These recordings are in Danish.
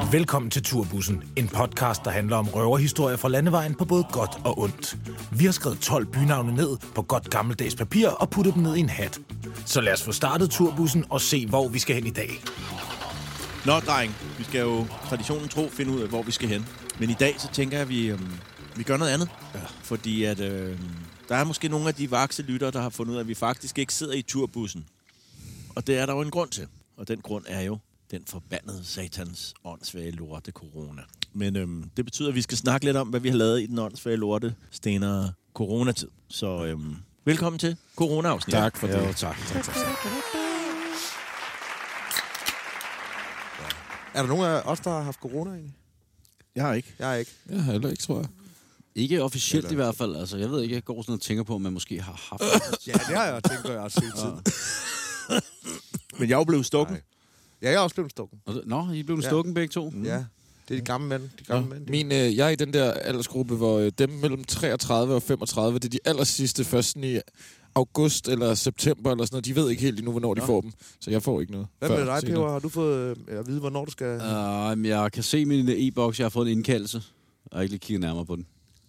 Velkommen til Turbussen, en podcast, der handler om røverhistorier fra landevejen på både godt og ondt. Vi har skrevet 12 bynavne ned på godt gammeldags papir og puttet dem ned i en hat. Så lad os få startet Turbussen og se, hvor vi skal hen i dag. Nå, dreng, vi skal jo traditionen tro finde ud af, hvor vi skal hen. Men i dag, så tænker jeg, at vi gør noget andet. Ja. Fordi at, der er måske nogle af de vakse lyttere, der har fundet ud af, at vi faktisk ikke sidder i turbussen. Og det er der jo en grund til. Og den grund er jo den forbandede satans åndssvage lorte corona. Men det betyder, at vi skal snakke lidt om, hvad vi har lavet i den åndssvage lorte stenere coronatid. Så velkommen til corona-afsnit. Tak for det. Jo, tak. Er der nogen af os, der har haft corona egentlig? Jeg har ikke. Jeg har ikke. Jeg har heller ikke, tror jeg. Ikke officielt i hvert fald. Altså, jeg ved ikke, jeg går sådan og tænker på, om man måske har haft det. Ja, det har jeg tænkt, at jeg har set tiden. Men jeg er jo blevet stukken. Ja, jeg er også blevet stukken. Nå, I blev stukken begge to? Ja, det er de gamle mænd. Jeg er i den der aldersgruppe, hvor dem mellem 33 og 35, det er de allersidste først i august eller september eller sådan noget. De ved ikke helt endnu, hvornår de får dem. Så jeg får ikke noget. Hvad med dig, Peber? Har du fået at vide, hvornår du skal... Jeg kan se min e-boks. Jeg har fået en indkaldelse. Og ikke lige kigge nærmere på den.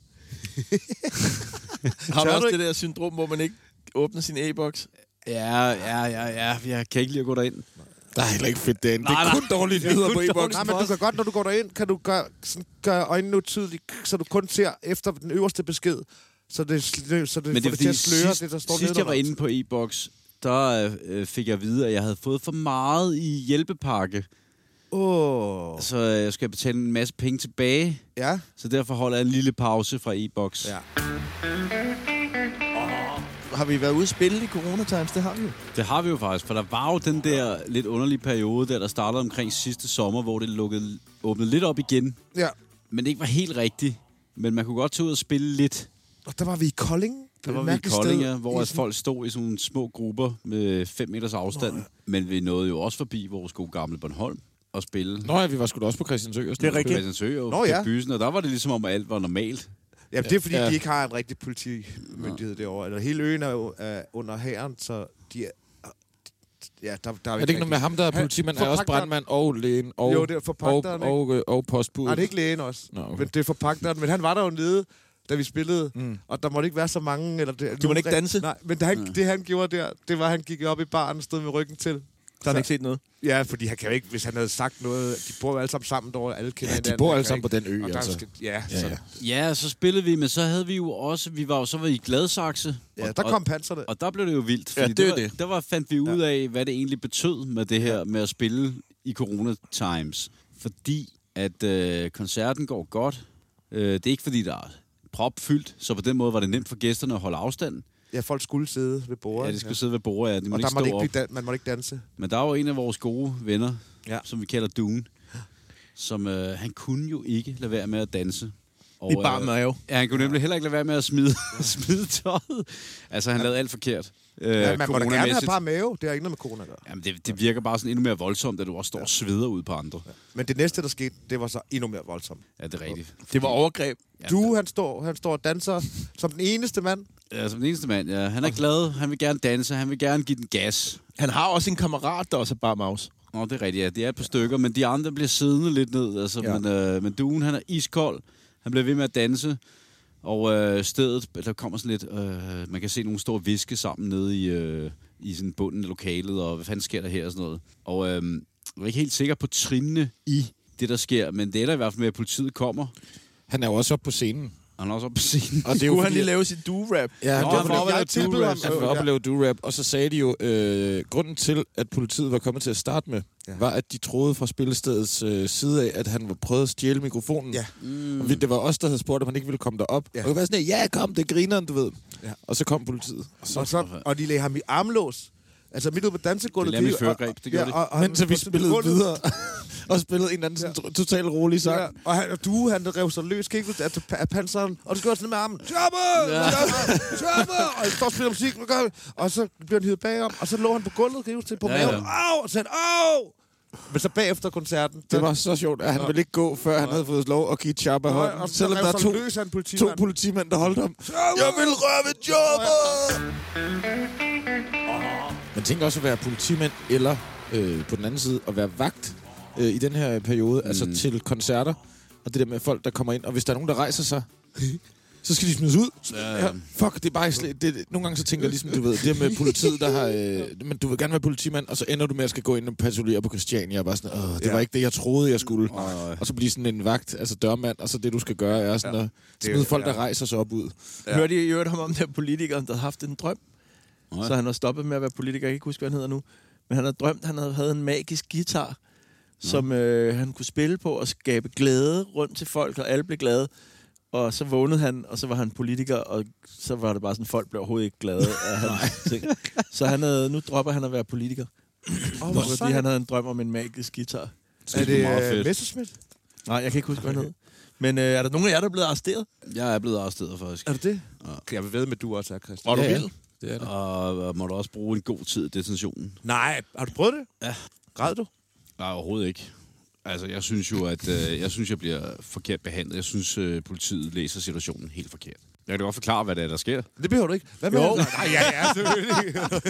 Har du også det der syndrom, hvor man ikke åbner sin e-boks? Ja. Jeg kan ikke lide at gå derind. Der er heller ikke fedt derinde. Det er kun dårligt nyheder på e-boks. Nej, men du kan godt, når du går derind, kan du gøre øjnene utydelige, så du kun ser efter den øverste besked. Så det men det er fordi, det, der står sidst jeg var inde på e-boks, der fik jeg at vide, at jeg havde fået for meget i hjælpepakke. Så jeg skal betale en masse penge tilbage. Ja. Så derfor holder jeg en lille pause fra e-boks. Ja. Har vi været ude at spille i Corona Times? Det har vi jo. Det har vi jo faktisk, for der var jo den der lidt underlige periode, der startede omkring sidste sommer, hvor det åbnede lidt op igen. Ja. Men det ikke var helt rigtigt. Men man kunne godt tage ud og spille lidt. Og der var vi i Kolding. Der var vi i Kolding, ja, hvor folk stod i sådan nogle små grupper med 5 meters afstand. Men vi nåede jo også forbi vores gode gamle Bornholm og spille. Nå ja, vi var sgu da også på Christiansø. Det er rigtigt. Christiansø og Bysen, og der var det ligesom om, at alt var normalt. Ja, det er fordi, de ikke har en rigtig politimyndighed derovre. Eller hele øen er jo under hæren, så de er... Ja, der er det ikke noget med ham, der er politimand, er også brandmand og lægen og, jo, det er forpagteren, og postbuddet? Nej, det er ikke lægen også. Nå, okay. Men det er forpagteren. Men han var der jo nede, da vi spillede, og der måtte ikke være så mange... Eller det, du måtte ikke danse? Nej, men det han gjorde der, det var, at han gik op i baren og stod med ryggen til. Der har han ikke set noget? Ja, fordi han kan jo ikke, hvis han havde sagt noget... De bor jo alle sammen derovre, alle kender hinanden. Ja, de bor alle sammen på den ø, altså. Ja, så spillede vi, men så havde vi jo også... Så var vi i Gladsaxe. Ja, der kom panserne. Og der blev det jo vildt. Fordi der fandt vi ud af, hvad det egentlig betød med det her med at spille i Corona Times. Fordi at koncerten går godt. Det er ikke fordi, der er propfyldt, så på den måde var det nemt for gæsterne at holde afstanden. Ja, folk skulle sidde ved bordet. Ja, de skulle sidde ved bordet, ja. De måtte og ikke stå op. Man måtte ikke danse. Men der var jo en af vores gode venner, som vi kalder Dune, som han kunne jo ikke lade være med at danse. Og, I bar mave. Ja, han kunne nemlig heller ikke lade være med at smide tøjet. Altså, han lavede alt forkert. Man må da gerne have bare mave. Det er ikke noget med corona der. Jamen, det virker bare sådan endnu mere voldsomt, at du også står og sveder ud på andre. Ja. Men det næste, der skete, det var så endnu mere voldsomt. Ja, det er rigtigt. Det var overgreb. Han står og danser som den eneste mand. Ja, som den eneste mand, ja. Han er glad, han vil gerne danse, han vil gerne give den gas. Han har også en kammerat, der også er bare maus. Nå, det er rigtigt, ja. Det er et par stykker, men de andre bliver siddende lidt ned. Altså, men Duen, han er iskold. Han bliver ved med at danse. Og stedet, der kommer sådan lidt... man kan se nogle store viske sammen nede i sådan bunden af lokalet, og hvad fanden sker der her og sådan noget. Og jeg er ikke helt sikker på trinene i det, der sker, men det er der i hvert fald med, at politiet kommer. Han er jo også oppe på scenen. Han er også oppe på scenen. Og det er jo han lige lave sit do-rap? Ja, han var oppe at lave do-rap, og så sagde de jo, grunden til, at politiet var kommet til at starte med, var, at de troede fra spillestedets side af, at han var prøvet at stjæle mikrofonen. Ja. Og det var os, der havde spurgt, at han ikke ville komme derop. Ja. Og det var sådan, kom, det grineren, du ved. Ja. Og så kom politiet. Og de lagde ham i armlås. Altså midt ude på dansegulvet. Det lavede vi førgreb, det gjorde det. Men så vi spillede videre. Og spillede en anden sådan totalt rolig sang. Ja. Og han rev sig løs, gik ud af panseren, og det skal også ned med armen. Tjabber! Og han står og spiller musik, og så bliver han hivet bagom, og så lå han på gulvet, rives til på maven. Au! Og sagde, au! Men så bagefter koncerten... Det var så sjovt, at han ville ikke gå, før han havde fået lov at give Chopper hånden. Og selvom der er to politimænd, der holdt ham. Jeg vil røre ved Chopper! Man tænker også at være politimænd, eller på den anden side, at være vagt i den her periode, altså til koncerter, og det der med folk, der kommer ind, og hvis der er nogen, der rejser sig, så skal de smides ud. Ja, fuck, det er bare nogle gange så tænker jeg ligesom, du ved, det med politiet, der har... men du vil gerne være politimand, og så ender du med at skal gå ind og patruljere på Christiania, og bare sådan, det var ikke det, jeg troede, jeg skulle. Og så blive sådan en vagt, altså dørmand, og så det, du skal gøre, er sådan at smide folk, der rejser sig op ud. Hørte I ham om der politikeren, der havde haft en drøm? Så han har stoppet med at være politiker, jeg kan ikke huske, hvad han hedder nu. Men han havde drømt, han havde en magisk guitar, som han kunne spille på og skabe glæde rundt til folk, og alle blev glade. Og så vågnede han, og så var han politiker, og så var det bare sådan, folk blev overhovedet ikke glade af hans ting. Så nu dropper han at være politiker. Fordi han havde en drøm om en magisk guitar. Er det Messerschmidt? Nej, jeg kan ikke huske, hvad han hed. Men er der nogen af jer, der er blevet arresteret? Jeg er blevet arresteret, faktisk. Er det det? Ja. Jeg vil ved med, du også er, Christian. Var du vild? Det er det. Og må du også bruge en god tid i detentionen? Nej, har du prøvet det? Ja. Græd du? Nej, overhovedet ikke. Altså, jeg synes jo, at jeg bliver forkert behandlet. Jeg synes, politiet læser situationen helt forkert. Jeg kan da godt forklare, hvad det er, der sker. Det behøver du ikke. Hvad med det? Nej, ja, selvfølgelig.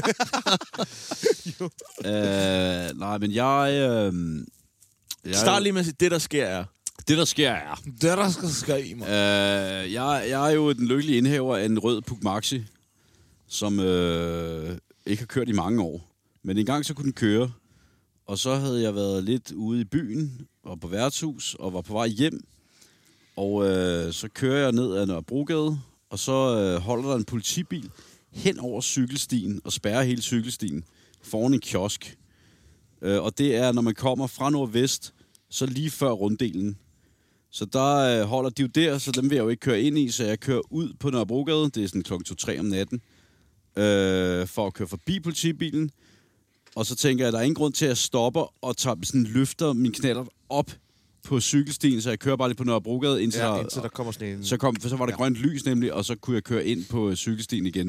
Nej, men jeg Start lige med at sige, det der sker er... Det der sker er... Det der skal i mig. Jeg er jo den lykkelige indhæver af en rød Puch Maxi, som ikke har kørt i mange år. Men en gang så kunne den køre. Og så havde jeg været lidt ude i byen og på værtshus og var på vej hjem. Og så kører jeg ned ad Nørrebrogade, og så holder der en politibil hen over cykelstien og spærrer hele cykelstien foran en kiosk. Og det er, når man kommer fra nordvest, så lige før runddelen. Så der holder de jo der, så dem vil jeg jo ikke køre ind i, så jeg kører ud på Nørrebrogade. Det er sådan klokken 2-3 om natten, for at køre forbi politibilen. Og så tænker jeg, at der er ingen grund til, at jeg stopper og løfter min knallert op på cykelstien, så jeg kører bare lige på Nørrebrogade, indtil der kommer sådan en... Så var der grønt lys nemlig, og så kunne jeg køre ind på cykelstien igen.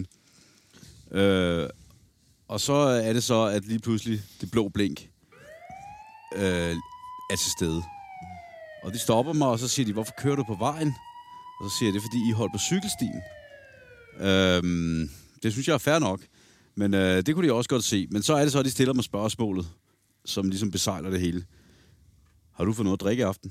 Og så er det så, at lige pludselig det blå blink er til stede. Og de stopper mig, og så siger de, hvorfor kører du på vejen? Og så siger jeg, det er, fordi I holdt på cykelstien. Det synes jeg er fair nok. Men det kunne de også godt se. Men så er det så, at de stiller mig spørgsmålet, som ligesom besejler det hele. Har du fået noget at drikke i aften?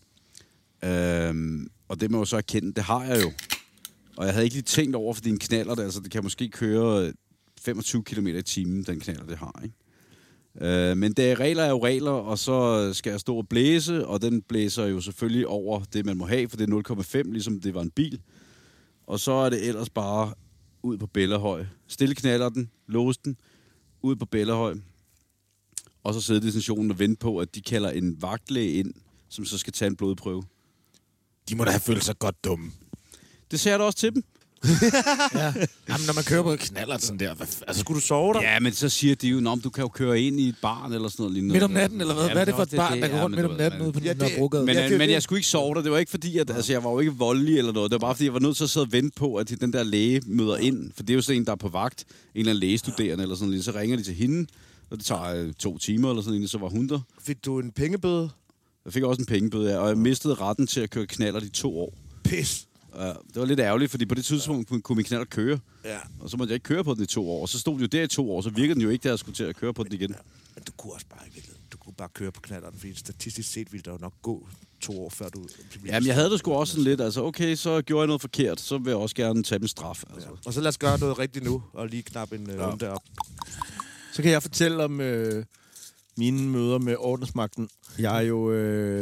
Og det må jeg så erkende, det har jeg jo. Og jeg havde ikke lige tænkt over, fordi en knallert, altså det kan måske køre 25 km i timen, den knallert, det har, ikke? Men regler er jo regler, og så skal jeg stå og blæse, og den blæser jo selvfølgelig over det, man må have, for det er 0,5, ligesom det var en bil. Og så er det ellers bare ud på Bellahøj. Stille knallerten, låse den, ud på Bellahøj. Og så sidde i stationen og vente på, at de kalder en vagtlæge ind, som så skal tage en blodprøve. De må da have følt sig godt dumme. Det sagde jeg da også til dem. Ja. Jamen, når man kører på knallert sådan der, altså skulle du sove der? Ja, men så siger de jo, du kan jo køre ind i et barn eller sådan noget lignende. Midt om natten, eller hvad? Ja, hvad er det for et barn, der går rundt midt om natten ude på Nørrebrogade? Men jeg skulle ikke sove der. Det var ikke fordi, at jeg var jo ikke voldelig eller noget. Det var bare fordi, jeg var nødt til at sidde og vente på, at den der læge møder ind. For det er jo sådan en, der er på vagt. En eller anden lægestuderende eller sådan noget. Så ringer de til hende, og det tager 2 timer eller sådan noget. Så var hun der. Fik du en pengebøde? Jeg fik også en pengebøde, ja. Og jeg mistede retten til at køre knallert i 2 år. Pis. Det var lidt ærgerligt, fordi på det tidspunkt kunne min knallert køre. Ja. Og så måtte jeg ikke køre på den i 2 år. Og så stod det jo der i 2 år, så virkede den jo ikke, da jeg skulle til at køre på den igen. Ja. Men du kunne også bare i virkeligheden. Du kunne bare køre på knallerten, fordi statistisk set ville der jo nok gå 2 år, før du... Jamen, jeg havde det sgu også sådan lidt. Altså, okay, så gjorde jeg noget forkert, så vil jeg også gerne tage en straf. Altså. Ja. Og så lad os gøre noget rigtigt nu, og lige knappe en runde op. Så kan jeg fortælle om mine møder med ordensmagten. Jeg er jo...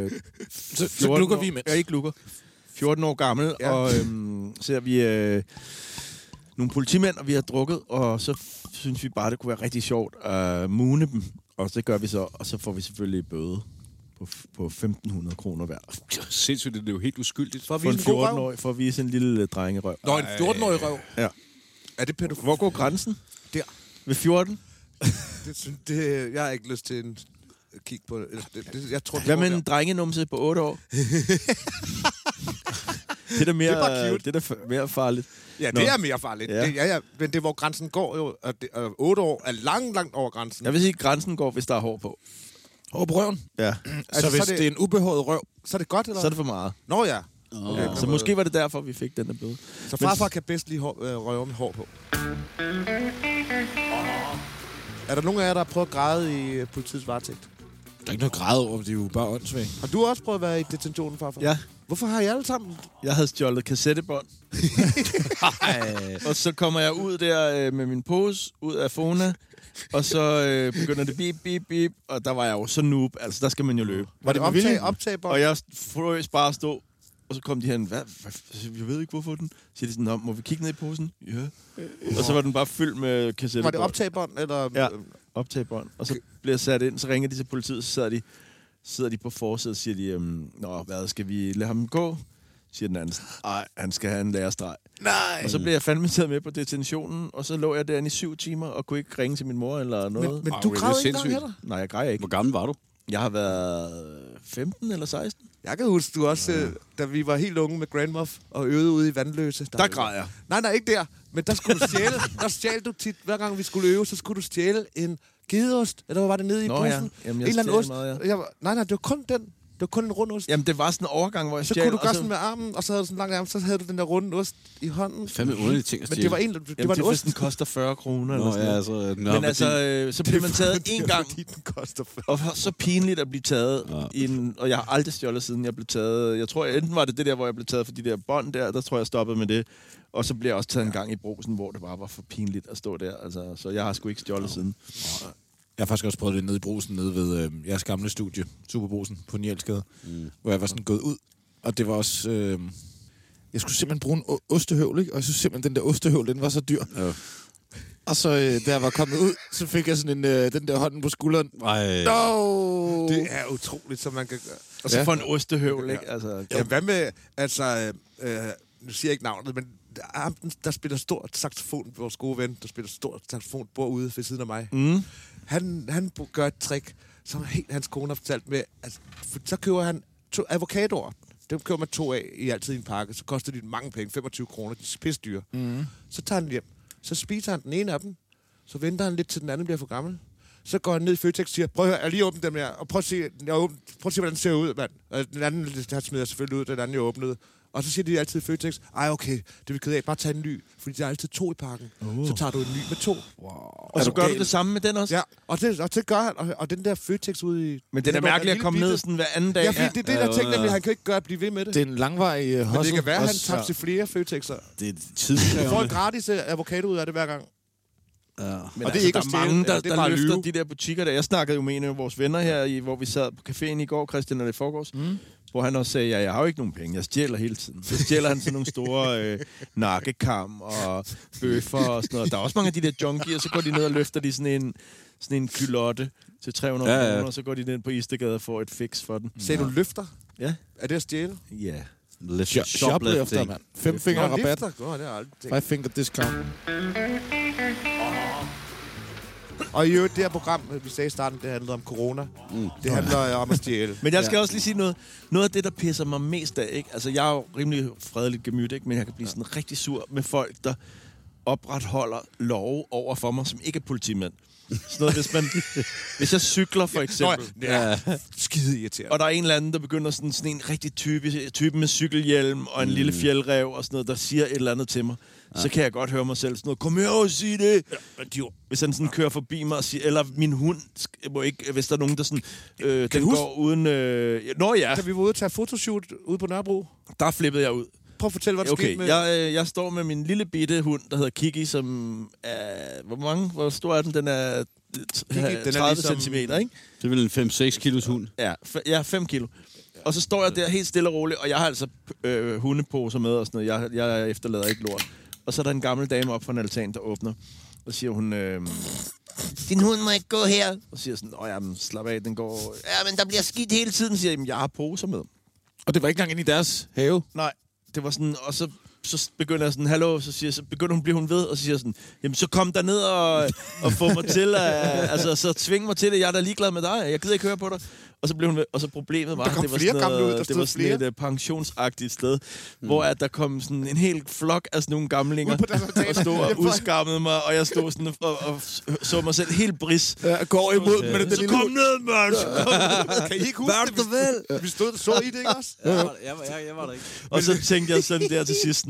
så lukker vi imens. Jeg er ikke lukker. 14 år gammel, ja. Og så er vi nogle politimænd, og vi har drukket, og så synes vi bare, det kunne være rigtig sjovt at mune dem. Og det gør vi så, og så får vi selvfølgelig bøde på 1.500 kroner hver. Sindssygt, det er jo helt uskyldigt. For en 14-årig, for at vise en lille drengerøv. Nå, en 14-årig røv? Ja. Er det pædofil? Hvor går grænsen? Der. Ved 14? Jeg har ikke lyst til en kig på det. Jeg tror, hvad med en drengenumse på 8 år? Det er da mere, det er mere farligt. Ja, det er mere farligt. Ja. Men det er, hvor grænsen går jo. 8 år er langt over grænsen. Jeg vil sige, at grænsen går, hvis der er hår på. Hår på røven? Ja. Altså, hvis det er en ubehåret røv, så er det godt, eller? Så er det for meget. Nå ja. Ja, så måske var det derfor, vi fik den der bøde. Så farfar kan bedst lide røve med hår på. Er der nogen af jer, der har prøvet at græde i politiets varetægt? er ikke noget grad over, det er jo bare åndssvagt. Har du også prøvet at være i detentionen, farfar? Ja. Hvorfor har I alle sammen? Jeg havde stjålet kassettebånd. Og så kommer jeg ud der med min pose, ud af Fona, og så begynder det bip, bip, bip, og der var jeg jo så noob. Altså, der skal man jo løbe. Var det optagebånd? Og jeg frøs bare at stå, og så kom de hen, hvad? Jeg ved ikke, hvorfor den. Siger de sådan, må vi kigge ned i posen? Ja. Og så var den bare fyldt med kassettebånd. Var det optagebånd, eller? Ja, optagebånd. Og så bliver jeg sat ind, så ringer de til politiet, så sidder de på forsædet, og siger de, nå, hvad, skal vi lade ham gå? Siger den anden, nej, han skal have en lærerstreg. Nej! Og så blev jeg fandme taget med på detentionen, og så lå jeg derinde i 7 timer, og kunne ikke ringe til min mor eller noget. Men du græd ikke engang heller? Nej, jeg græd ikke. Hvor gammel var du? Jeg har været 15 eller 16. Jeg kan huske, du også, da vi var helt unge med Grandmuff og øvede ude i Vandløse. Der græd jeg. Nej, ikke der. Men der skulle du stjæle. Der stjal du tit, hver gang vi skulle øve, så skulle du stjæle en gedeost. Eller hvad var det nede i posen? Ja. Jamen, jeg stjal meget, ja. Nej, det var kun den. Det var kun en rund ost. Jamen, det var sådan en overgang, hvor jeg stjal. Så kunne du gøre sådan med armen, og så havde du sådan en lang arm, så havde du den der runde ost i hånden. Fandme underlige ting at stjæle. Men det var en, det var en ost. Den koster 40 kroner eller sådan noget. Men altså, så blev man taget en gang. Den koster 40. Og så pinligt at blive taget og jeg har aldrig stjålet siden jeg blev taget. Jeg tror, enten var det der, hvor jeg blev taget for de der bånd der tror jeg stoppede med det. Og så blev jeg også taget en gang i Brugsen, hvor det bare var for pinligt at stå der. Altså, så jeg har sgu ikke stjålet siden. Jeg har faktisk også prøvet det nede i Brugsen, nede ved jeres gamle studie, Superbrugsen på Nielsgade, hvor jeg var sådan gået ud, og det var også... jeg skulle simpelthen bruge en ostehøvl, ikke? Og jeg synes simpelthen, den der ostehøvl, den var så dyr. Ja. Og så, da jeg var kommet ud, så fik jeg sådan den der hånden på skulderen. No! Det er utroligt, som man kan gøre. Og så for en ostehøvl, ikke? Altså, ja, hvad med, altså... nu siger jeg ikke navnet, men der spiller stort saxofon, vores gode ven, der spiller stort saxofon, bor ude ved siden af mig. Han gør et trick, som hans kone har fortalt med, at så køber han 2 avocadoer. Dem køber man 2 af i altid i en pakke, så koster de mange penge, 25 kroner, de er pisse dyre. Så tager han hjem, så spiser han den ene af dem, så venter han lidt til den anden bliver for gammel. Så går han ned i Føtex og siger, prøv at høre, jeg lige åbnet dem her, og prøv at se, hvordan den ser ud, mand. Den anden, der smider selvfølgelig ud, den anden jeg åbnede. Og så siger de altid i Føtex, okay, det er vi ked af, bare tag en ny, fordi der er altid 2 i pakken. Så tager du en ny med 2. Wow. Og så gør du det samme med den også? Ja, og det gør han, og den der Føtex ude i... Men det er mærkeligt at komme ned sådan hver anden dag. Ja, fordi det er det, der tænker, at han kan ikke gøre at blive ved med det. Det er en langvarig hustle. Men det kan være, at han tager til flere Føtexer. Det er tidskrævende. Du får en gratis avocado ud af det hver gang. Ja. Men og det altså, er ikke der er mange, der løfter lyve. de der butikker der. Jeg snakkede jo med en af vores venner her, hvor vi sad på caféen i går, Christian, og det forgårs, hvor han også sagde, jeg har jo ikke nogen penge, jeg stjæler hele tiden. Så stjæler han sådan nogle store nakkekam og bøffer og sådan noget. Der er også mange af de der junkier, så går de ned og løfter de sådan en kylotte til 300 kroner, og så går de ned på Istegade og får et fix for den. Sagde du løfter? Ja. Er det at stjæle? Ja. Shoplifter, mand. 5 finger rabat. 5 finger discount. Og i øvrigt, det her program, vi sagde i starten, det handlede om corona. Det handler om at stjæle. Men jeg skal også lige sige noget. Noget af det, der pisser mig mest af, ikke? Altså, jeg er jo rimelig fredeligt gemyt, ikke? Men jeg kan blive sådan rigtig sur med folk, der opretholder love over for mig, som ikke er politimænd. Sådan noget, hvis jeg cykler, for eksempel. Skide irriterende. Og der er en eller anden, der begynder sådan en rigtig type med cykelhjelm og en lille fjeldrev og sådan noget, der siger et eller andet til mig. Så kan jeg godt høre mig selv sådan noget, kom her og sig det. Hvis han sådan kører forbi mig og siger, eller min hund må ikke, hvis der er nogen, der sådan, den går uden... Da vi var ude og tage fotoshoot ude på Nørrebro. Der flippede jeg ud. Prøv at fortælle, hvad der skete med... Jeg står med min lille bitte hund, der hedder Kiki, som er... Hvor stor er den? Den er 30 centimeter, ikke? Det er vel en 5-6 kilos hund. Ja, 5 kilo. Og så står jeg der helt stille og roligt, og jeg har altså hundeposer med og sådan noget. Jeg efterlader ikke lort. Og så er der en gammel dame op fra en altan, der åbner. Og siger hun... din hund må ikke gå her. Og siger sådan, jamen slap af, den går... Ja, men der bliver skidt hele tiden, siger jeg, jeg har poser med. Og det var ikke engang inde i deres have? Nej, det var sådan... Og så begynder jeg sådan, hallo, så begynder hun, bliver hun ved, og så siger sådan, jamen så kom der ned og få mig til, altså så tving mig til det, jeg er da ligeglad med dig, jeg gider ikke høre på dig. Og så blev hun ved, og så problemet var, det var sådan et pensionsagtigt sted, hvor at der kom sådan en hel flok af sådan nogle gamlinger, og stod og udskammede mig, og jeg stod sådan og så mig selv helt bris. Ja, går imod med den lille kom ned, mand! Kan I ikke huske det? Vi stod og så i det, ikke også? Jeg var der ikke. Og så tænkte jeg sådan der til sidst,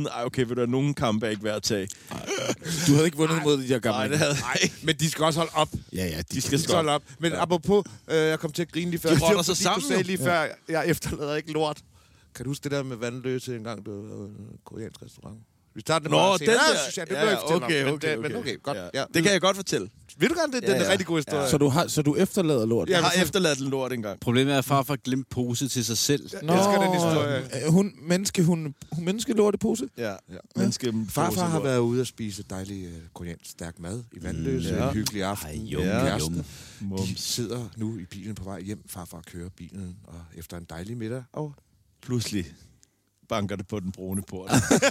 okay, vil du have nogen kampe ikke værd at tage? Du havde ikke vundet mod de her gamle. Nej, det havde Men de skal også holde op. Ja, de skal holde op. Men apropos, jeg kom til at grine lige før. De rotter sig sammen. Du sagde lige før, jeg efterlader ikke lort. Kan du huske det der med vandløse engang, du var en koreansk restaurant? Vi starter det bare den der. Okay. Men okay, godt. Ja. Det kan jeg godt fortælle. Vil du gerne det? Det er en rigtig god historie. Så du efterlader lort? Jeg har efterladt lort engang. Problemet er, at farfar glemte pose til sig selv. Jeg elsker den historie. Menneskelort i pose? Ja. Farfar har været ude at spise dejlig koreansk stærk mad i Vandløse. En hyggelig aften. Kæresten. De sidder nu i bilen på vej hjem. Farfar kører bilen, og efter en dejlig middag, og pludselig banker det på den brune port.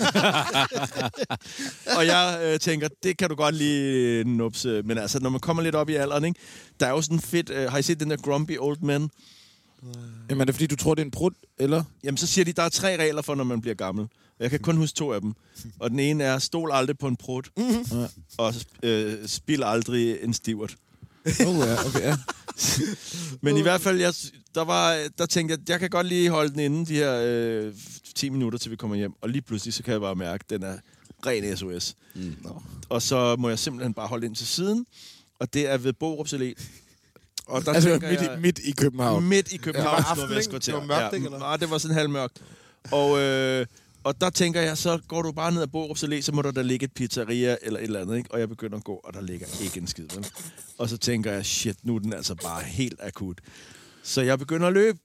Og jeg tænker, det kan du godt lige nupse. Men altså, når man kommer lidt op i alderen, ikke? Der er jo sådan fedt... har I set den der Grumpy Old Man? Jamen, er det fordi, du tror, det er en prut, eller? Jamen, så siger de, der er 3 regler for, når man bliver gammel. Jeg kan kun huske 2 af dem. Og den ene er, stol aldrig på en prut. Og spil aldrig en stivert. Okay. Men i hvert fald, der tænkte jeg kan godt lige holde den inde de her 10 minutter, til vi kommer hjem. Og lige pludselig, så kan jeg bare mærke, at den er ren SOS. Og så må jeg simpelthen bare holde ind til siden. Og det er ved Borups Allé. Og der altså midt i København? Midt i København. Det var mørkt, ikke? Nej, det var sådan halvmørkt. Og der tænker jeg, så går du bare ned ad Borups Allé, så må der ligge et pizzeria eller et eller andet, ikke? Og jeg begynder at gå, og der ligger ikke en skid. Og så tænker jeg, shit, nu er den altså bare helt akut. Så jeg begynder at løbe.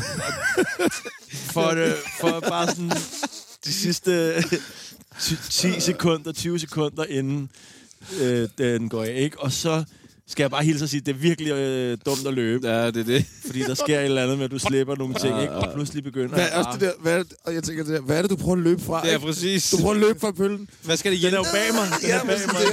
for bare sådan de sidste 10 sekunder, 20 sekunder, inden den går jeg, ikke? Og så skal jeg bare hilse og sige, det er virkelig dumt at løbe. Ja, det er det. Fordi der sker et eller andet med, at du slipper nogle ting, ikke? Og pludselig begynder og jeg tænker, hvad er det, du prøver at løbe fra? Det er præcis. Du prøver at løbe fra pøllen. Hvad skal det hjælpe? Den er jo bag mig. Den er bag mig.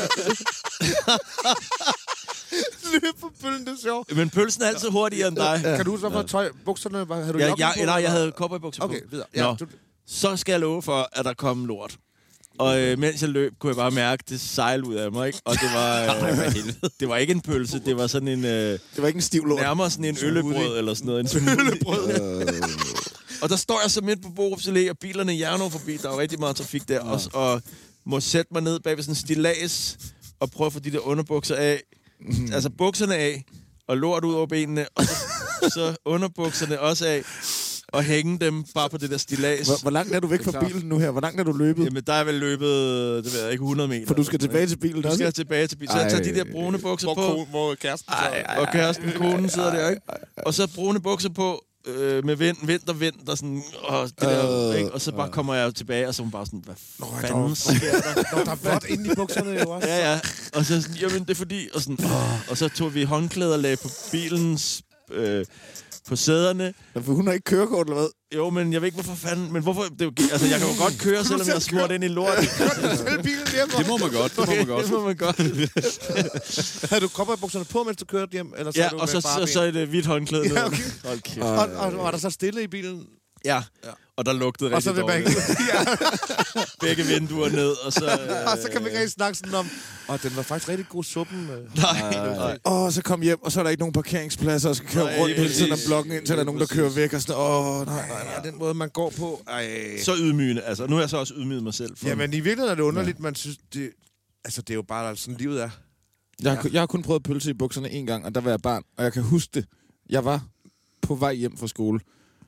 Løbe på pøllen, det er sjovt. Men pølsen er altid hurtigere end dig. Kan du så få tøj? Bukserne? Havde du Nej, jeg havde cowboybukser på. Okay, videre. Så skal jeg love for, at der kom lort. Og mens jeg løb, kunne jeg bare mærke, det sejlede ud af mig, ikke? Og det var... det var ikke en pølse, det var sådan en... det var ikke en stiv lort. Nærmere sådan en øllebrød eller sådan noget. En øllebrød. Og der står jeg så midt på Borups Allé, og bilerne hjerner forbi. Der er jo rigtig meget trafik der. Og må sætte mig ned bag ved sådan en stillads og prøve at få de der underbukser af. Altså bukserne af, og lort ud over benene, og så underbukserne også af. Og hænge dem bare på det der stillads. Hvor langt er du væk fra bilen nu her? Hvor langt er du løbet? Jamen, der er vel løbet, det ved jeg ikke, 100 meter. For du skal tilbage til bilen, du skal tilbage til bilen. Så jeg tager de der brune bukser på. Hvor kæresten og kæresten, konen sidder der, ikke? Og så brune bukser på, med vind, og sådan, og det der, ikke? Og så bare kommer jeg tilbage, og så er hun bare sådan, hvad fanden sker der? Der er blot inde i bukserne jo også. Ja. Og så sådan, jamen, det er fordi, og sådan, og så tog vi håndklæder og lagde på bilens... på sæderne. For hun har ikke kørekort, eller hvad? Jo, men jeg ved ikke, hvorfor fanden... Men hvorfor... Altså, jeg kan jo godt køre, selvom jeg har smurt ind i lort. Det må man godt. Det må man godt. Havde du cowboybukserne på, mens du kørte hjem? Eller ja, og så et hvidt håndklæde. Ja, okay. Og var der så stille i bilen? Ja. Og der lugtede rigtig dårligt. Begge vinduer ned, og så... Og så kan vi ikke rigtig snakke sådan om... den var faktisk rigtig god suppen. Nej. Så kom hjem, og så er der ikke nogen parkeringspladser, og skal køre rundt hele tiden af blokken, indtil der er nogen, der kører væk, og sådan, nej. Den måde, man går på... Så ydmygende. Altså, nu har jeg så også ydmyget mig selv. Men i virkeligheden er det underligt, man synes, det... Altså, det er jo bare sådan, livet er. Jeg har kun prøvet pølse i bukserne en gang, og der var jeg barn, og jeg kan huske det. Jeg var på vej hjem fra skole,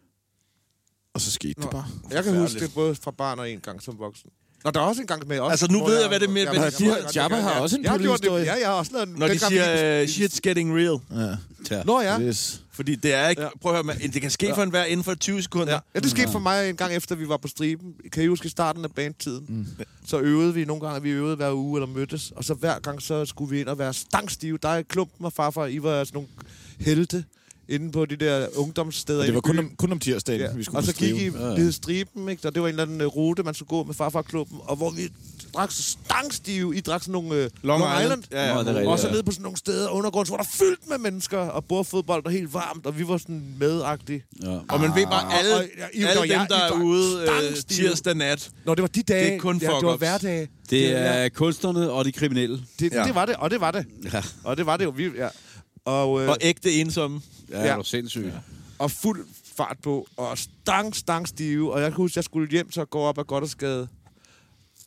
og så skete det bare. Jeg kan huske det både fra barn og en gang som voksen. Nå, der er også en gang med os. Altså, nu ved jeg, hvad det er med... Jabba har også en pølsehistorie. Ja, jeg har også lavet... Når de siger, shit's getting real. Ja. Nå ja. Yes. Fordi det er ikke... Prøv at høre, det kan ske for enhver inden for 20 sekunder. Ja, det skete for mig en gang efter, vi var på Striben. Kan I huske starten af bandtiden? Så øvede vi nogle gange, vi øvede hver uge eller mødtes. Og så hver gang, så skulle vi ind og være stangstive. Der er Klumpen og farfar, I var sådan nogle helte inde på de der ungdomssteder. Og det var kun om tirsdagen, vi skulle. Og så gik I ved Striben, ikke? Og det var en eller anden rute, man skulle gå med farfarklubben, og hvor vi drak så stangstive. I drak sådan nogle Long Island. Og så ned på sådan nogle steder undergrund, hvor der fyldt med mennesker, og bordfodbold var helt varmt, og vi var sådan medagtige. Ja. Og man ved bare, alle dem, der er ude tirsdag nat. Nå, det var de dage. Det er kun det var hverdage. Det er kunstnerne og de kriminelle. Det var det, og det var det. Ja. Og det var det jo. Og ægte ensomme. Ja, det var sindssygt. Ja. Og fuld fart på, og stangstive. Og jeg kan huske, jeg skulle hjem, så gå op ad Gothersgade.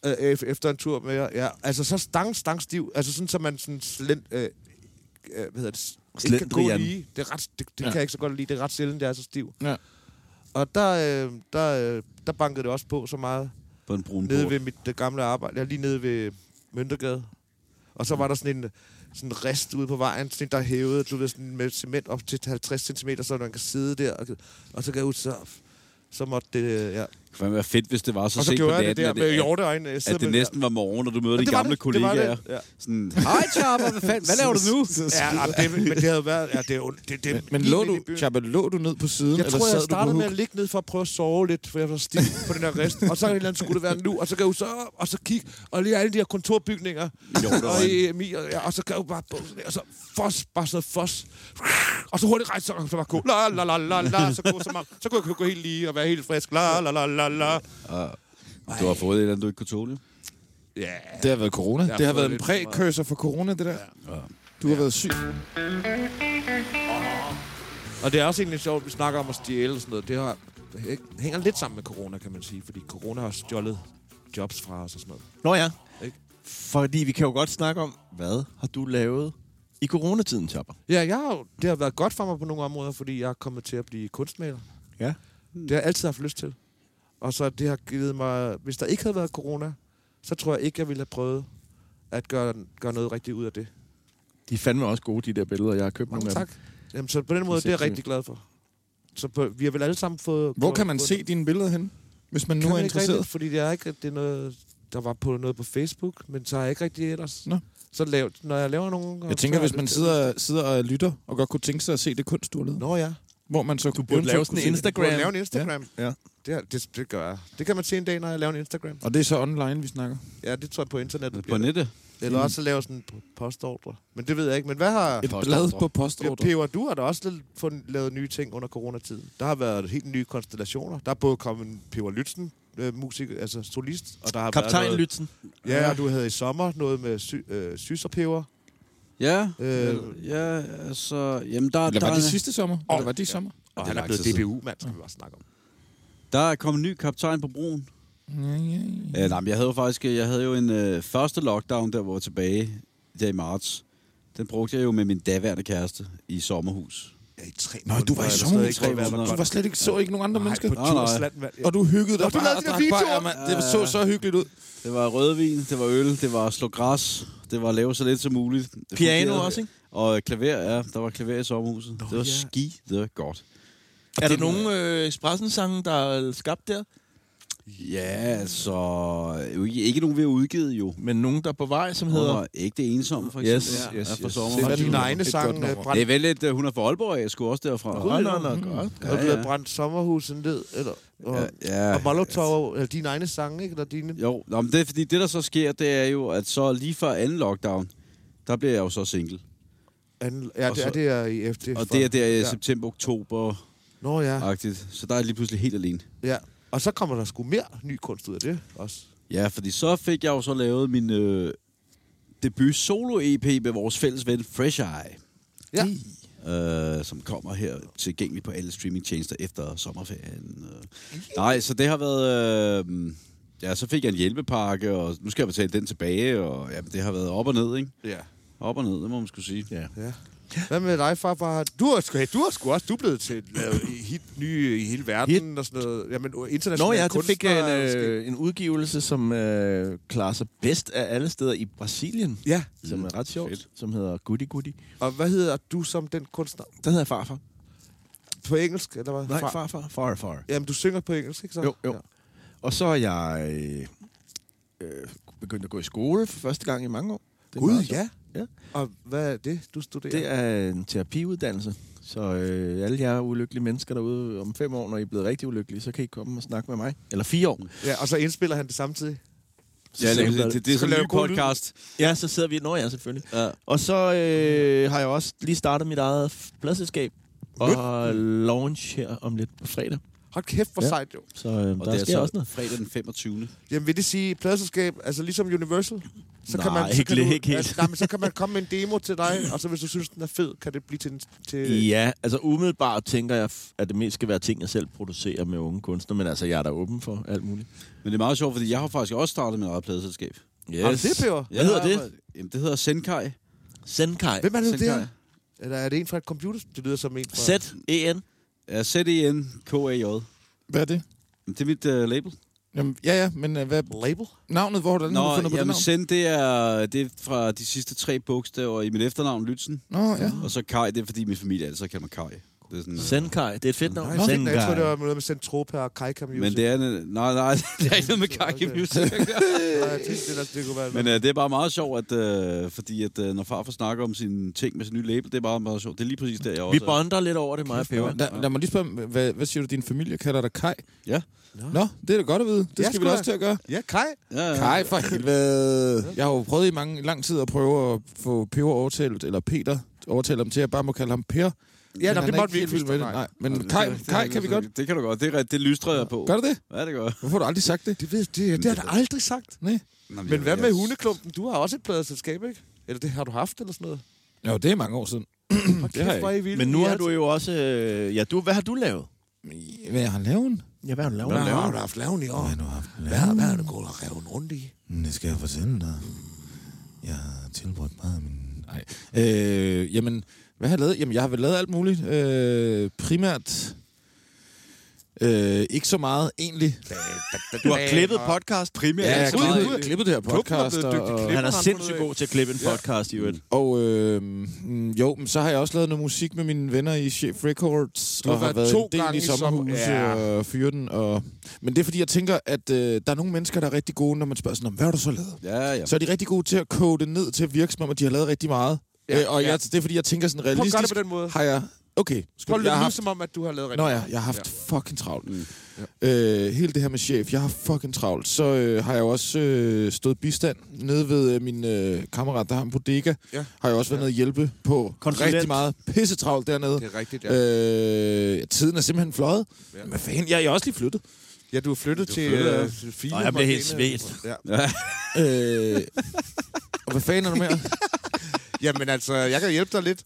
efter en tur med jer. Ja, altså så stangstiv. Altså sådan, så man sådan hvad hedder det? Ikke kan gå lige. Det kan jeg ikke så godt lide. Det er ret sjældent, det er så stiv. Ja. Og der bankede det også på så meget. På en brun nede ved mit gamle arbejde. Jeg er lige nede ved Møntergade. Og så var der sådan en rist ude på vejen, sådan der hævede, du ved, sådan med cement op til 50 cm, så man kan sidde der. Og så gav ud, så måtte det, ja. Det kunne være fedt, hvis det var så sent på natten, det der med hjorteøjne, at det næsten var morgen, når du møder de gamle kollegaer. Ja. Sådan, hej Chapa, hvad laver du nu? Men det havde været... Ja, men lå du ned på siden? Jeg tror, jeg startede med at ligge ned for at prøve at sove lidt, for jeg var stiv på den her rest. Og så et eller andet skulle det være nu, og så gav jeg så op, og så kig, og lige alle de her kontorbygninger. Og så gav jeg bare på, og så bare sådan fos. Og så hurtigt rejse, så var cool. Så kunne jeg gå helt lige og være helt frisk. Du har fået et eller andet, du ikke kunne tåle? Ja. Det har været corona. Det har været en præcursor for corona, det der. Ja. Du har været syg. Og det er også egentlig sjovt, at vi snakker om at stjæle og sådan noget. Det hænger lidt sammen med corona, kan man sige. Fordi corona har stjålet jobs fra os og sådan noget. Nå ja. Ikke? Fordi vi kan jo godt snakke om, hvad har du lavet i coronatiden, Chopper? Ja, det har været godt for mig på nogle områder, fordi jeg er kommet til at blive kunstmaler. Ja. Det har jeg altid haft lyst til. Og så det har givet mig... Hvis der ikke havde været corona, så tror jeg ikke, jeg ville have prøvet at gøre noget rigtigt ud af det. De er fandme også gode, de der billeder, jeg har købt nogle af dem. Tak. Jamen, så på den måde, det er jeg rigtig glad for. Så vi har vel alle sammen fået... Hvor kan man se dine billeder hen, hvis man nu er interesseret? Rigtigt, fordi det er ikke det er noget... Der var på noget på Facebook, men så har jeg ikke rigtig ellers... Nå. Så når jeg laver nogle... Jeg tænker, hvis man sidder og lytter, og godt kunne tænke sig at se det kunst, du har lavet. Nå ja. Hvor man så du burde lave sådan en Instagram. Du burde lave en Instagram. Ja. Det gør jeg. Det kan man se en dag, når jeg laver en Instagram. Og det er så online, vi snakker? Ja, det tror jeg på internettet. På nettet? Eller også lave sådan en postordre. Men det ved jeg ikke. Men hvad har... Et blad på postordre? Peber, du har da også lavet nye ting under coronatiden. Der har været helt nye konstellationer. Der er både kommet en Peber Lützen, musik, altså solist. Og der har Kaptajn Lützen. Ja, og du havde i sommer noget med Syserpeber. Ja, altså... Jamen, der var det sidste sommer? Eller var det i sommer? Og han er blevet DBU-mand, skal vi bare snakke om. Der er kommet en ny kaptajn på broen. Nej, men jeg havde jo en første lockdown, der var tilbage der i marts. Den brugte jeg jo med min daværende kæreste i sommerhus. Ja, i 3 måneder. Du var i sommerhus 3 måneder. Du var slet ikke, så ikke nogen andre mennesker? På Djursland, og du hyggede dig bare og drak bajer, det så hyggeligt ud. Det var rødvin, det var øl, det var slå græs, det var at lave så lidt som muligt. Piano også, ikke? Og klaver, ja. Der var klaver i sommerhuset. Det var det var godt. Er der nogle Espressen-sange, der er skabt der? Ja, altså... Ikke nogen ved at udgive, jo. Men nogen, der er på vej, som hedder... Ikke det ensomme, for eksempel. Yes. For sommer. Det er dine egne sange. Det er vel lidt... Hun er fra Aalborg, jeg skulle også derfra. Godt. Og du har brændt sommerhuset ned, eller... Og Molotov, eller dine egne sange, ikke? Eller dine... Jo, men det er fordi, det der så sker, det er jo, at så lige før anden lockdown, der bliver jeg jo så single. Det er i efter. Og det er der i september-oktober. Nå ja. Agtigt. Så der er jeg lige pludselig helt alene. Ja. Og så kommer der sgu mere ny kunst ud af det også. Ja, fordi så fik jeg jo så lavet min debut solo-EP med vores fælles ven Fresh Eye. Ja. Som kommer her tilgængeligt på alle streamingtjenester efter sommerferien. Nej, så det har været... så fik jeg en hjælpepakke, og nu skal jeg betale den tilbage, og det har været op og ned, ikke? Ja. Op og ned, det må man skulle sige. Ja. Hvad med dig, farfar? Du er sgu også blevet til hit nye i hele verden og sådan noget. Jamen, internationale kunstnere. Jeg fik en udgivelse, som klarer sig bedst af alle steder i Brasilien. Ja. Som er ret sjovt. Som hedder Goody Goody. Og hvad hedder du som den kunstner? Den hedder Farfar. På engelsk, eller hvad? Nej, Farfar. Jamen, du synger på engelsk, ikke så? Jo. Ja. Og så er jeg begyndt at gå i skole for første gang i mange år. Gud, ja. Og hvad er det, du studerer? Det er en terapiuddannelse. Så alle jer ulykkelige mennesker derude om 5 år, når I er blevet rigtig ulykkelige, så kan I komme og snakke med mig. Eller 4 år. Ja, og så indspiller han det samtidig. Ja, det er sådan en ny podcast. Ja, så sidder vi... Nå ja, selvfølgelig. Ja. Og så har jeg også lige startet mit eget pladselskab. Og launch her om lidt på fredag. Hold kæft, hvor sejt, jo. Så Og der det er sker så også noget. fredag den 25. Jamen, vil det sige pladeselskab, altså ligesom Universal? Så Nej, kan man, ikke helt. Altså, nej, men så kan man komme med en demo til dig, og så hvis du synes, den er fed, kan det blive til Ja, altså umiddelbart tænker jeg, at det mest skal være ting, jeg selv producerer med unge kunstnere, men altså, jeg er da åben for alt muligt. Men det er meget sjovt, fordi jeg har faktisk også startet med et eget pladeselskab. Yes. Har du det, Peber? Hvad hedder det? Jamen, det hedder Senkai. Senkai. Hvem er det, det Senkai. her? Eller er det en fra et computer? Det lyder som en fra... Z-E-N. Ja, Z-E-N-K-A-J. Hvad er det? Det er mit label. Jamen, ja, men hvad Label? navnet, hvor har du fundet på det jamen, navn? Sen, det er fra de sidste 3 bogstaver i mit efternavn, Lytzen. Nå, ja. Og så Kai, det er fordi min familie altid kalder mig Kai. Det er sådan, Senkai. Det er et fedt navn. Nej, jeg tror, det var noget med Centropa og Kaika Music. men det er... Nej, det er ikke noget med Kai Music. det kunne være... Men det er bare meget sjovt, fordi at, når farfar snakker om sine ting med sin nye label, det er bare meget sjovt. Det er lige præcis der, jeg også Vi bonder lidt over det, mig og Peber. Lad mig lige spørge, hvad siger du, din familie kalder dig Kai? Ja. Nå, det er da godt at vide. Det Ja, skal vi sgu da da. også til at gøre. Ja, Kai. Ja. Kai, for helvede. Jeg har jo prøvet i lang tid at prøve at få Peber overtalt, eller Peter overtalt ham til, at jeg bare må kalde ham Per. Ja, Men det han er måtte vi helt ikke vild med det. Nej, men Kai kan vi godt. Det kan du godt. Det lystrer jeg på. Gør du det? Ja, det gør. Hvorfor har du aldrig sagt det? Det har jeg aldrig sagt. Nej. Men hvad med Hundeklumpen? Du har også et pladeselskab, ikke? Eller det har du haft, eller sådan noget? Jo, det er mange år siden. Det har jeg ikke. Men nu har du jo også... hvad har du lavet? Hvad har han lavet? Ja, hvad har du lavet? Hvad har du haft lavet i år? Hvad har du gået og revet rundt i? Det skal jeg fortælle dig. Jeg har tilbrugt meget af min... Nej. Jamen, hvad har jeg lavet? Jamen, jeg har vel lavet alt muligt. Primært... ikke så meget, egentlig. Du har klippet podcast primært. Ja, jeg altså. har klippet det her podcast. Han er sindssygt god til at klippe en podcast, i øvrigt. Og jo, men så har jeg også lavet noget musik med mine venner i Chef Records. Du har og har været været 2 en del gange i i sommerhuse og fyre den. Men det er fordi, jeg tænker, at der er nogle mennesker, der er rigtig gode, når man spørger sådan, hvad har du så lavet? Ja. Så er de rigtig gode til at koge det ned til at virke, som om at de har lavet rigtig meget. Det er fordi, jeg tænker sådan Prøv at realistisk. gøre det på den måde. Har jeg... Okay. Prøv at jeg har lyde haft... som om, at du har lavet rigtig Nå ja, meget. jeg har haft fucking travlt. Hele det her med Chef, jeg har fucking travlt. Så har jeg jo også stået bistand nede ved min kammerat, der har en bodega. Ja. Har jeg også været nede og hjælpe på rigtig meget. Pisse travlt dernede. Det er rigtigt, ja. Tiden er simpelthen fløjet. Ja. Men hvad fanden, jeg er også lige flyttet. Ja, du er flyttet til Fie. Og jeg bliver helt svedt. Ja. Og hvad fanden er der mere? Jamen altså, jeg kan hjælpe dig lidt.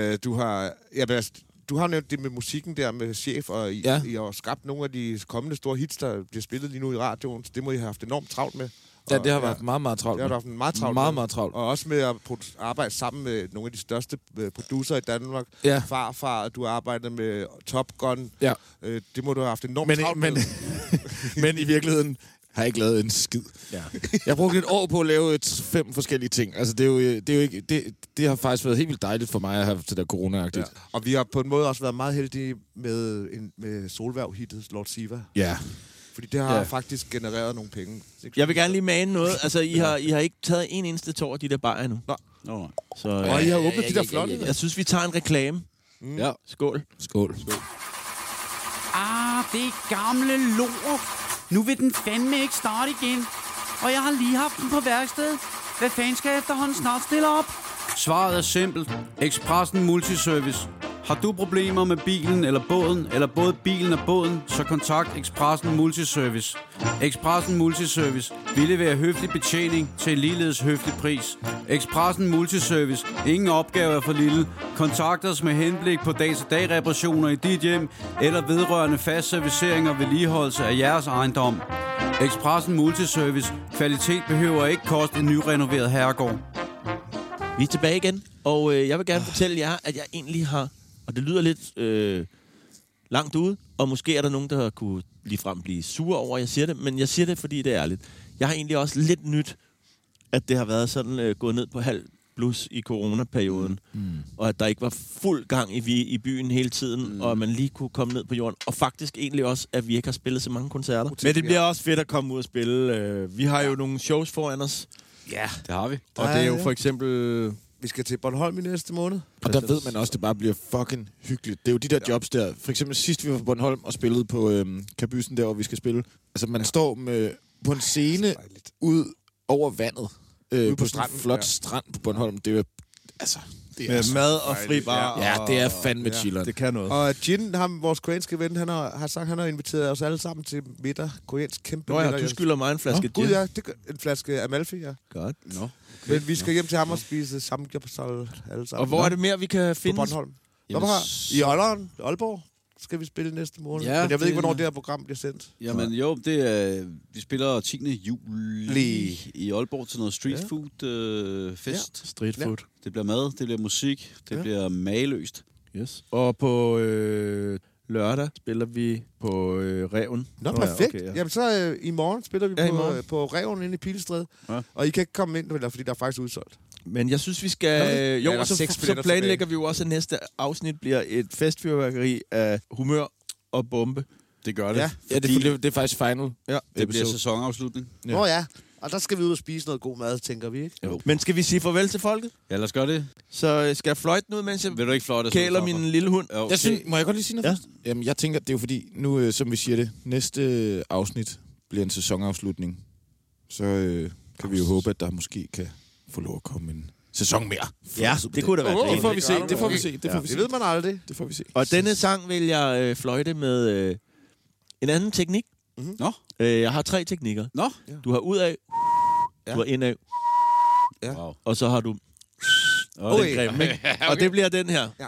Du har nævnt det med musikken der med Chef, og I har skabt nogle af de kommende store hits, der bliver spillet lige nu i radioen. Så det må I have haft enormt travlt med. Ja, det har været meget, meget travlt. Det har du haft meget travlt meget, med. meget travlt. Og også med at arbejde sammen med nogle af de største producer i Danmark. Ja. Farfar, du har arbejdet med Top Gun. Ja. Det må du have haft enormt travlt med. Men i virkeligheden har jeg ikke lavet en skid. Ja. Jeg brugte et år på at lave 5 forskellige ting. Altså, det er jo ikke... Det har faktisk været helt vildt dejligt for mig at have det der corona-agtigt. Ja. Og vi har på en måde også været meget heldige med Solværv-hittet Lord Siva. Ja. Fordi det har faktisk genereret nogle penge. Jeg vil gerne lige mane noget. Altså, I har ikke taget en eneste tår, de der bajer nu. Nå. Så, Og I har åbnet de der flotte. Jeg synes, vi tager en reklame. Ja. Skål. Skål. Det gamle lort. Nu vil den fandme ikke starte igen. Og jeg har lige haft den på værksted. Hvad fanden skal jeg efterhånden snart stille op? Svaret er simpelt. Expressen Multiservice. Har du problemer med bilen eller båden, eller både bilen og båden, så kontakt Expressen Multiservice. Expressen Multiservice. Vi leverer høflig betjening til en ligeledes høflig pris. Expressen Multiservice. Ingen opgave er for lille. Kontakt os med henblik på dag-til-dag reparationer i dit hjem, eller vedrørende fast servicering og vedligeholdelse af jeres ejendom. Expressen Multiservice. Kvalitet behøver ikke koste en nyrenoveret herregård. Vi er tilbage igen, og jeg vil gerne fortælle jer, at jeg egentlig har... Og det lyder lidt langt ude, og måske er der nogen, der kunne ligefrem blive sure over, at jeg siger det, men jeg siger det, fordi det er ærligt. Jeg har egentlig også lidt nyt, at det har været sådan gået ned på halv plus i coronaperioden, og at der ikke var fuld gang i byen hele tiden, og at man lige kunne komme ned på jorden. Og faktisk egentlig også, at vi ikke har spillet så mange koncerter. Men det bliver også fedt at komme ud og spille. Vi har jo nogle shows foran os. Ja, det har vi. Og det er jo for eksempel... Vi skal til Bornholm i næste måned. Og der ved man også, at det bare bliver fucking hyggeligt. Det er jo de der jobs der. For eksempel sidst vi var på Bornholm og spillede på Kabysen der, hvor vi skal spille. Altså man står på en scene ud over vandet. På stranden, flot strand på Bornholm. Det er jo, altså, Med mad og fri bar. Ja, det er fandme chilleren. Det kan noget. Og Jin, vores koreanske ven, han har sagt, han har inviteret os alle sammen til middag. Koreansk kæmpe middag. Nå ja, du skylder mig en flaske gin. Gud ja, en flaske Amalfi, ja. Godt. Okay. Men vi skal hjem til ham og spise samgårdsal alle sammen. Og hvor er det mere, vi kan På finde? Bornholm. I Aalborg skal vi spille næste måned. Ja, men jeg ved ikke, hvornår det her program bliver sendt. Jamen jo, vi spiller 10. juli i Aalborg til noget street food fest. Street food. Det bliver mad, det bliver musik, det bliver mageløst. Yes. Og på lørdag spiller vi på Reven. Nå, perfekt. Okay, ja. Jamen så i morgen spiller vi på Reven inde i Pilestræde. Ja. Og I kan ikke komme ind, fordi der er faktisk udsolgt. Men jeg synes, vi skal... Nå, ja, så planlægger vi jo også, at næste afsnit bliver et festfyrværkeri af humør og bombe. Det gør det. Ja, det er faktisk final. Ja. Det bliver sæsonafslutning. Ja. Ja. Og der skal vi ud og spise noget god mad, tænker vi, ikke? Jo. Men skal vi sige farvel til folket? Ja, lad os gøre det. Så skal jeg fløjte den ud, mens jeg Vil du ikke fløjte? kæler min lille hund? Jo. Jeg synes, må jeg godt lige sige noget først? Jamen, jeg tænker, det er jo fordi, nu, som vi siger det, næste afsnit bliver en sæsonafslutning. Så kan vi jo håbe, at der måske kan få lov at komme en sæson mere. Ja, det kunne da være Det får vi se, det får vi se. Det ved man aldrig. Det får vi se. Og denne sang vil jeg fløjte med en anden teknik. Mm-hmm. Nå. Jeg har 3 teknikker. Nå. Du har ud af, du har ind af, Wow. og så har du... den grimme, ikke? Okay. Og det bliver den her. Ja.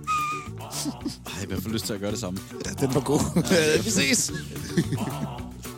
Ej, jeg får lyst til at gøre det samme. Den var god. Vi ses.